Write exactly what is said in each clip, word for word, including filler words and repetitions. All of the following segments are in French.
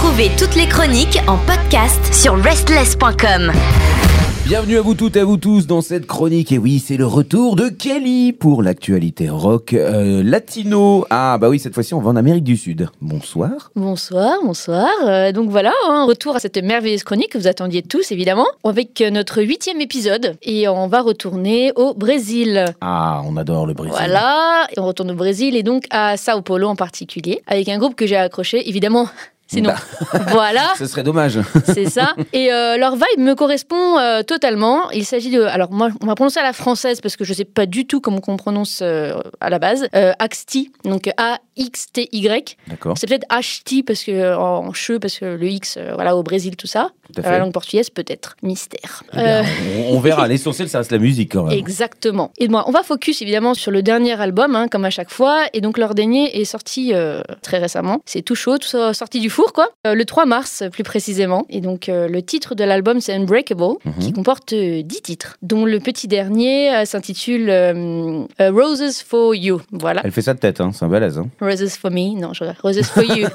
Retrouvez toutes les chroniques en podcast sur restless point com. Bienvenue à vous toutes et à vous tous dans cette chronique. Et oui, c'est le retour de Kelly pour l'actualité rock euh, latino. Ah bah oui, cette fois-ci on va en Amérique du Sud. Bonsoir. Bonsoir, bonsoir. Euh, donc voilà, un hein, retour à cette merveilleuse chronique que vous attendiez tous évidemment, avec notre huitième épisode. Et on va retourner au Brésil. Ah, on adore le Brésil. Voilà, et on retourne au Brésil et donc à Sao Paulo en particulier, avec un groupe que j'ai accroché évidemment. Sinon, bah, voilà. Ce serait dommage. C'est ça. Et euh, leur vibe me correspond euh, totalement. Il s'agit de... Alors, moi, on va prononcer à la française parce que je ne sais pas du tout comment on prononce euh, à la base. Euh, Axti, donc A X T Y. D'accord. C'est peut-être H-T parce que, en che, parce que le X, euh, voilà, au Brésil, tout ça. Tout à fait. La langue portugaise, peut-être. Mystère. Eh bien, euh... on, on verra. L'essentiel, ça reste la musique quand même. Exactement. Et moi, on va focus évidemment sur le dernier album, hein, comme à chaque fois. Et donc, leur dernier est sorti euh, très récemment. C'est tout chaud, tout ça, sorti du four, quoi. Euh, le trois mars, plus précisément. Et donc, euh, le titre de l'album, c'est Unbreakable, mm-hmm. qui comporte euh, dix titres, dont le petit dernier euh, s'intitule euh, euh, Roses for You. Voilà. Elle fait ça de tête, hein. C'est un balèze. Hein. Roses for me, non, je regarde. Roses for You.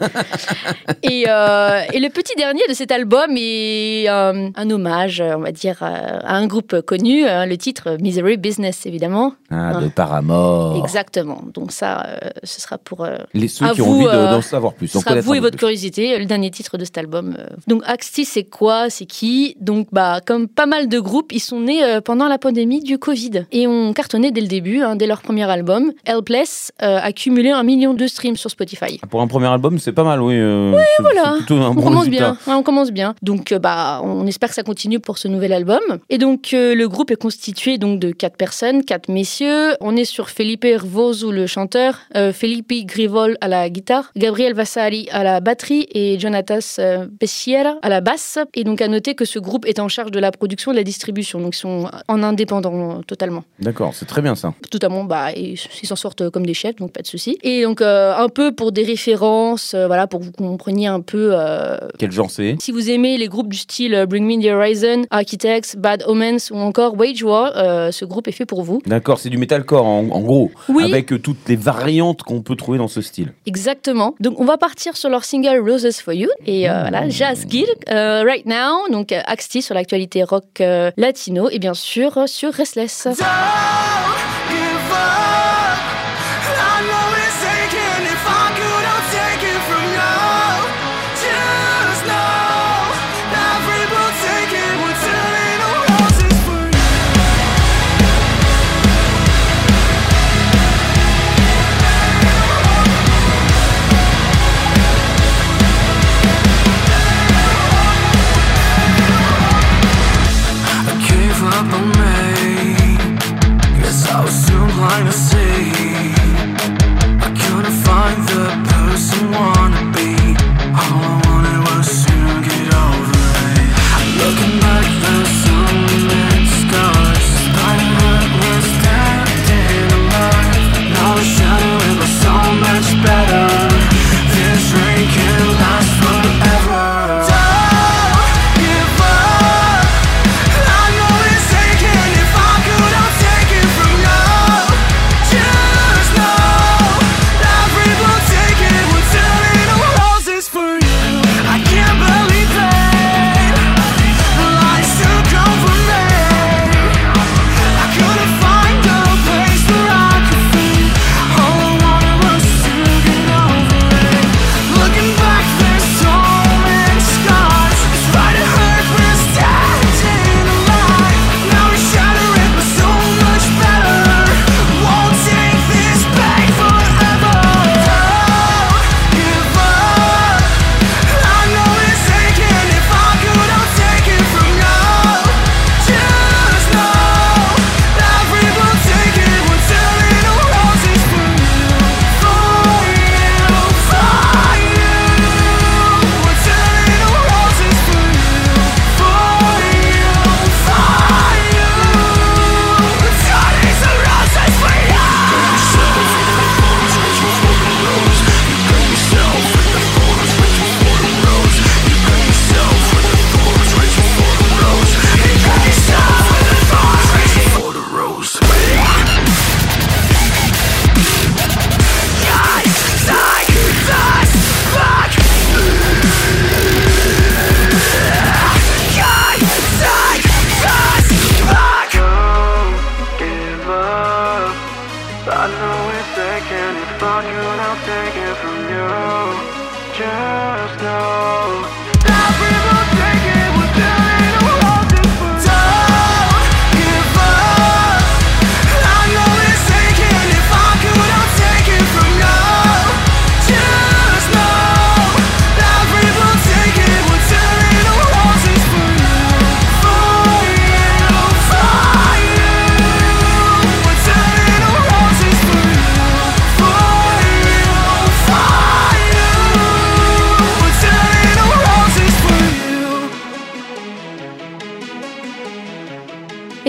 et, euh, et le petit dernier de cet album est euh, un hommage, on va dire, à un groupe connu, hein, le titre Misery Business, évidemment. Ah, hein. De Paramore. Exactement. Donc ça, euh, ce sera pour euh, les ceux qui vous, ont envie de, euh, d'en savoir plus. Ce sera vous et votre curiosité, le dernier titre de cet album. Donc Axti, c'est quoi? C'est qui? Donc bah comme pas mal de groupes, ils sont nés euh, pendant la pandémie du Covid et ont cartonné dès le début, hein, dès leur premier album. Helpless euh, a cumulé un million de streams sur Spotify. Pour un premier album, c'est pas mal, oui. Euh, oui, c'est, voilà. C'est un on bon commence résultat. bien. Ouais, on commence bien. Donc euh, bah on espère que ça continue pour ce nouvel album. Et donc euh, le groupe est constitué donc de quatre personnes, quatre messieurs. On est sur Felipe Hervoso, le chanteur, euh, Felipe Grivol à la guitare, Gabriel Vasari à la batterie et Jonatas euh, Peschiera à la basse. Et donc à noter que ce groupe est en charge de la production et de la distribution. Donc ils sont en indépendant euh, totalement. D'accord, c'est très bien ça. Totalement, bah ils, ils s'en sortent comme des chefs, donc pas de souci. Et donc euh, un peu pour des références, euh, voilà, pour que vous compreniez un peu. Euh, Quel genre c'est? Si vous aimez les groupes du style euh, Bring Me the Horizon, Architects, Bad Omens ou encore Wage War, euh, ce groupe est fait pour vous. D'accord, c'est du metalcore en, en gros, oui. Avec euh, toutes les variantes qu'on peut trouver dans ce style. Exactement. Donc on va partir sur leur single Roses for You et euh, voilà, Jazz Gil, euh, Right Now, donc euh, Axti sur l'actualité rock euh, latino et bien sûr euh, sur Restless. I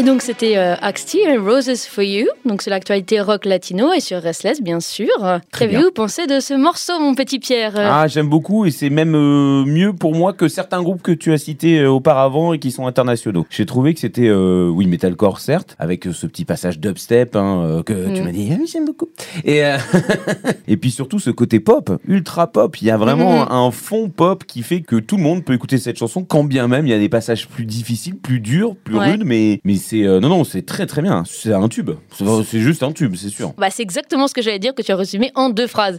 Et donc c'était euh, Axe T et Roses for You, donc c'est l'actualité rock latino et sur Restless bien sûr. Qu'avez-vous pensé de ce morceau mon petit Pierre? Ah j'aime beaucoup et c'est même euh, mieux pour moi que certains groupes que tu as cités euh, auparavant et qui sont internationaux. J'ai trouvé que c'était, euh, oui metalcore certes, avec euh, ce petit passage dubstep hein, euh, que mm. tu m'as dit ah, j'aime beaucoup. Et, euh, et puis surtout ce côté pop, ultra pop, il y a vraiment mm. un fond pop qui fait que tout le monde peut écouter cette chanson quand bien même il y a des passages plus difficiles, plus durs, plus ouais. rudes, mais, mais c'est, euh, non non c'est très très bien, c'est un tube, c'est, c'est juste un tube c'est sûr. Bah c'est exactement ce que j'allais dire que tu as résumé en deux phrases.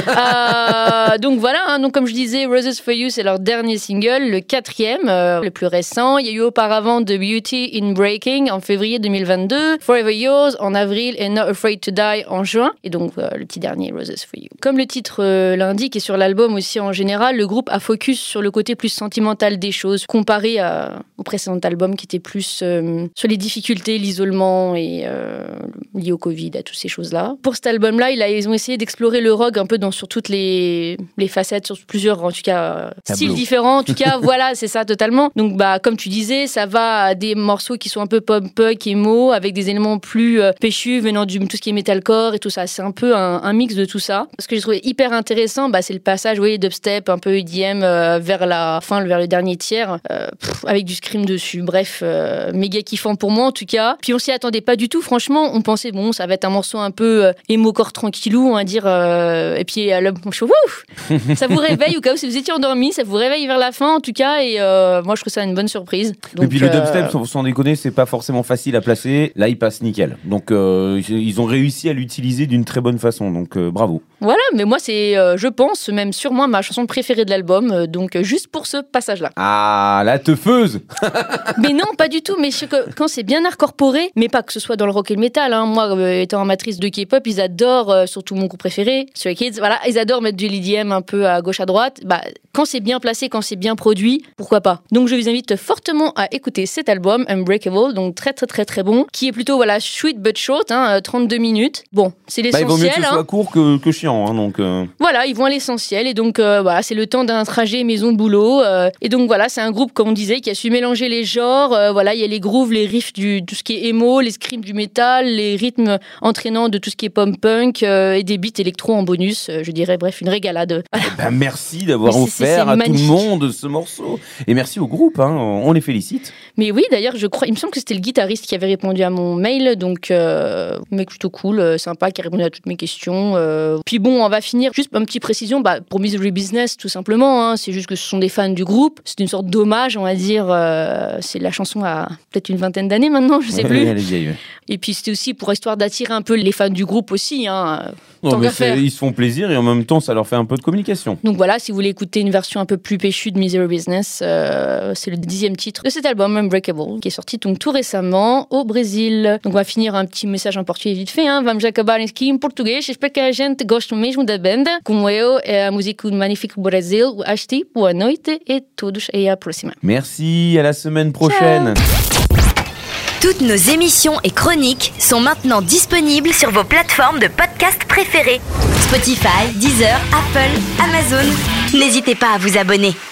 euh, donc voilà, hein, donc comme je disais, Roses for You c'est leur dernier single, le quatrième, euh, le plus récent. Il y a eu auparavant The Beauty in Breaking en février deux mille vingt-deux, Forever Yours en avril et Not Afraid to Die en juin. Et donc euh, le petit dernier, Roses for You. Comme le titre euh, l'indique et sur l'album aussi en général, le groupe a focus sur le côté plus sentimental des choses, comparé à, au précédent album qui était plus euh, sur les difficultés, l'isolement et euh, lié au Covid, à toutes ces choses-là. Pour cet album-là, il a, ils ont essayé d'explorer le rock un peu dans, sur toutes les, les facettes, sur plusieurs, en tout cas, Tableau. styles différents. En tout cas, voilà, c'est ça totalement. Donc, bah, comme tu disais, ça va à des morceaux qui sont un peu pop-punk, emo, avec des éléments plus euh, péchus venant du tout ce qui est metalcore et tout ça. C'est un peu un, un mix de tout ça. Ce que j'ai trouvé hyper intéressant, bah, c'est le passage, oui, dubstep, un peu E D M euh, vers la fin, vers le dernier tiers, euh, pff, avec du scream dessus. Bref, euh, méga kiffant pour moi en tout cas. Puis on s'y attendait pas du tout, franchement. On pensait, bon, ça va être un morceau un peu euh, émo-core tranquillou, on va dire. Euh, et puis, euh, je suis wouh, ça vous réveille, au cas où si vous étiez endormi, ça vous réveille vers la fin en tout cas. Et euh, moi, je trouve ça une bonne surprise. Donc, et puis le dubstep, euh... sans, sans déconner, c'est pas forcément facile à placer. Là, il passe nickel. Donc, euh, ils ont réussi à l'utiliser d'une très bonne façon. Donc, euh, bravo. Voilà, mais moi, c'est, euh, je pense, même sûrement ma chanson préférée de l'album. Euh, donc, euh, juste pour ce passage-là. Ah, la teufeuse. Mais non, pas du tout. Mais je, quand c'est bien incorporé, mais pas que ce soit dans le rock et le métal. Hein. Moi, euh, étant amatrice de K-pop, ils adorent, euh, surtout mon groupe préféré, Stray Kids. Voilà, ils adorent mettre du E D M un peu à gauche à droite. Bah, quand c'est bien placé, quand c'est bien produit, pourquoi pas. Donc, je vous invite fortement à écouter cet album, Unbreakable, donc très très très très bon, qui est plutôt voilà sweet but short, hein, trente-deux minutes. Bon, c'est l'essentiel. Bah, il vaut mieux que ce hein. soit court que, que chiant, hein, donc. Euh... Voilà, ils vont à l'essentiel et donc euh, voilà, c'est le temps d'un trajet maison-boulot euh, et donc voilà, c'est un groupe comme on disait qui a su mélanger les genres. Euh, voilà, il y a les grooves, les riffs du tout ce qui est emo, les screams du métal, les rythmes entraînants de tout ce qui est pop-punk euh, et des beats électro en bonus. Euh, je dirais bref une régalade. Eh ben, merci d'avoir offert c'est, c'est à magnifique. Tout le monde ce morceau et merci au groupe, hein, on les félicite. Mais oui, d'ailleurs, je crois, il me semble que c'était le guitariste qui avait répondu à mon mail, donc euh, mec plutôt cool, euh, sympa, qui a répondu à toutes mes questions. Euh. Puis bon, on va finir juste une petite précision, bah, pour Misery Business, tout simplement. Hein, c'est juste que ce sont des fans du groupe. C'est une sorte d'hommage, on va dire. Euh, c'est la chanson à peut-être une vingtaine d'années maintenant, je sais ouais, plus. Elle est vieille, ouais. Et puis c'était aussi pour histoire d'attirer un peu les fans du groupe aussi. Hein, non, mais ils se font plaisir et en même temps, ça leur fait un peu de communication. Donc voilà, si vous voulez écouter une version un peu plus péchue de Misery Business, euh, c'est le dixième titre de cet album, Unbreakable, qui est sorti donc tout récemment au Brésil. Donc on va finir un petit message en portugais vite fait. Hein. Vamos acabar aqui em português. Espero que a gente goste mesmo da banda. Como eu, é a música do Magnífico Brasil. Asti, boa noite et todos et à la prochaine. Merci, à la semaine prochaine. Ciao. Toutes nos émissions et chroniques sont maintenant disponibles sur vos plateformes de podcast préférées. Spotify, Deezer, Apple, Amazon. N'hésitez pas à vous abonner.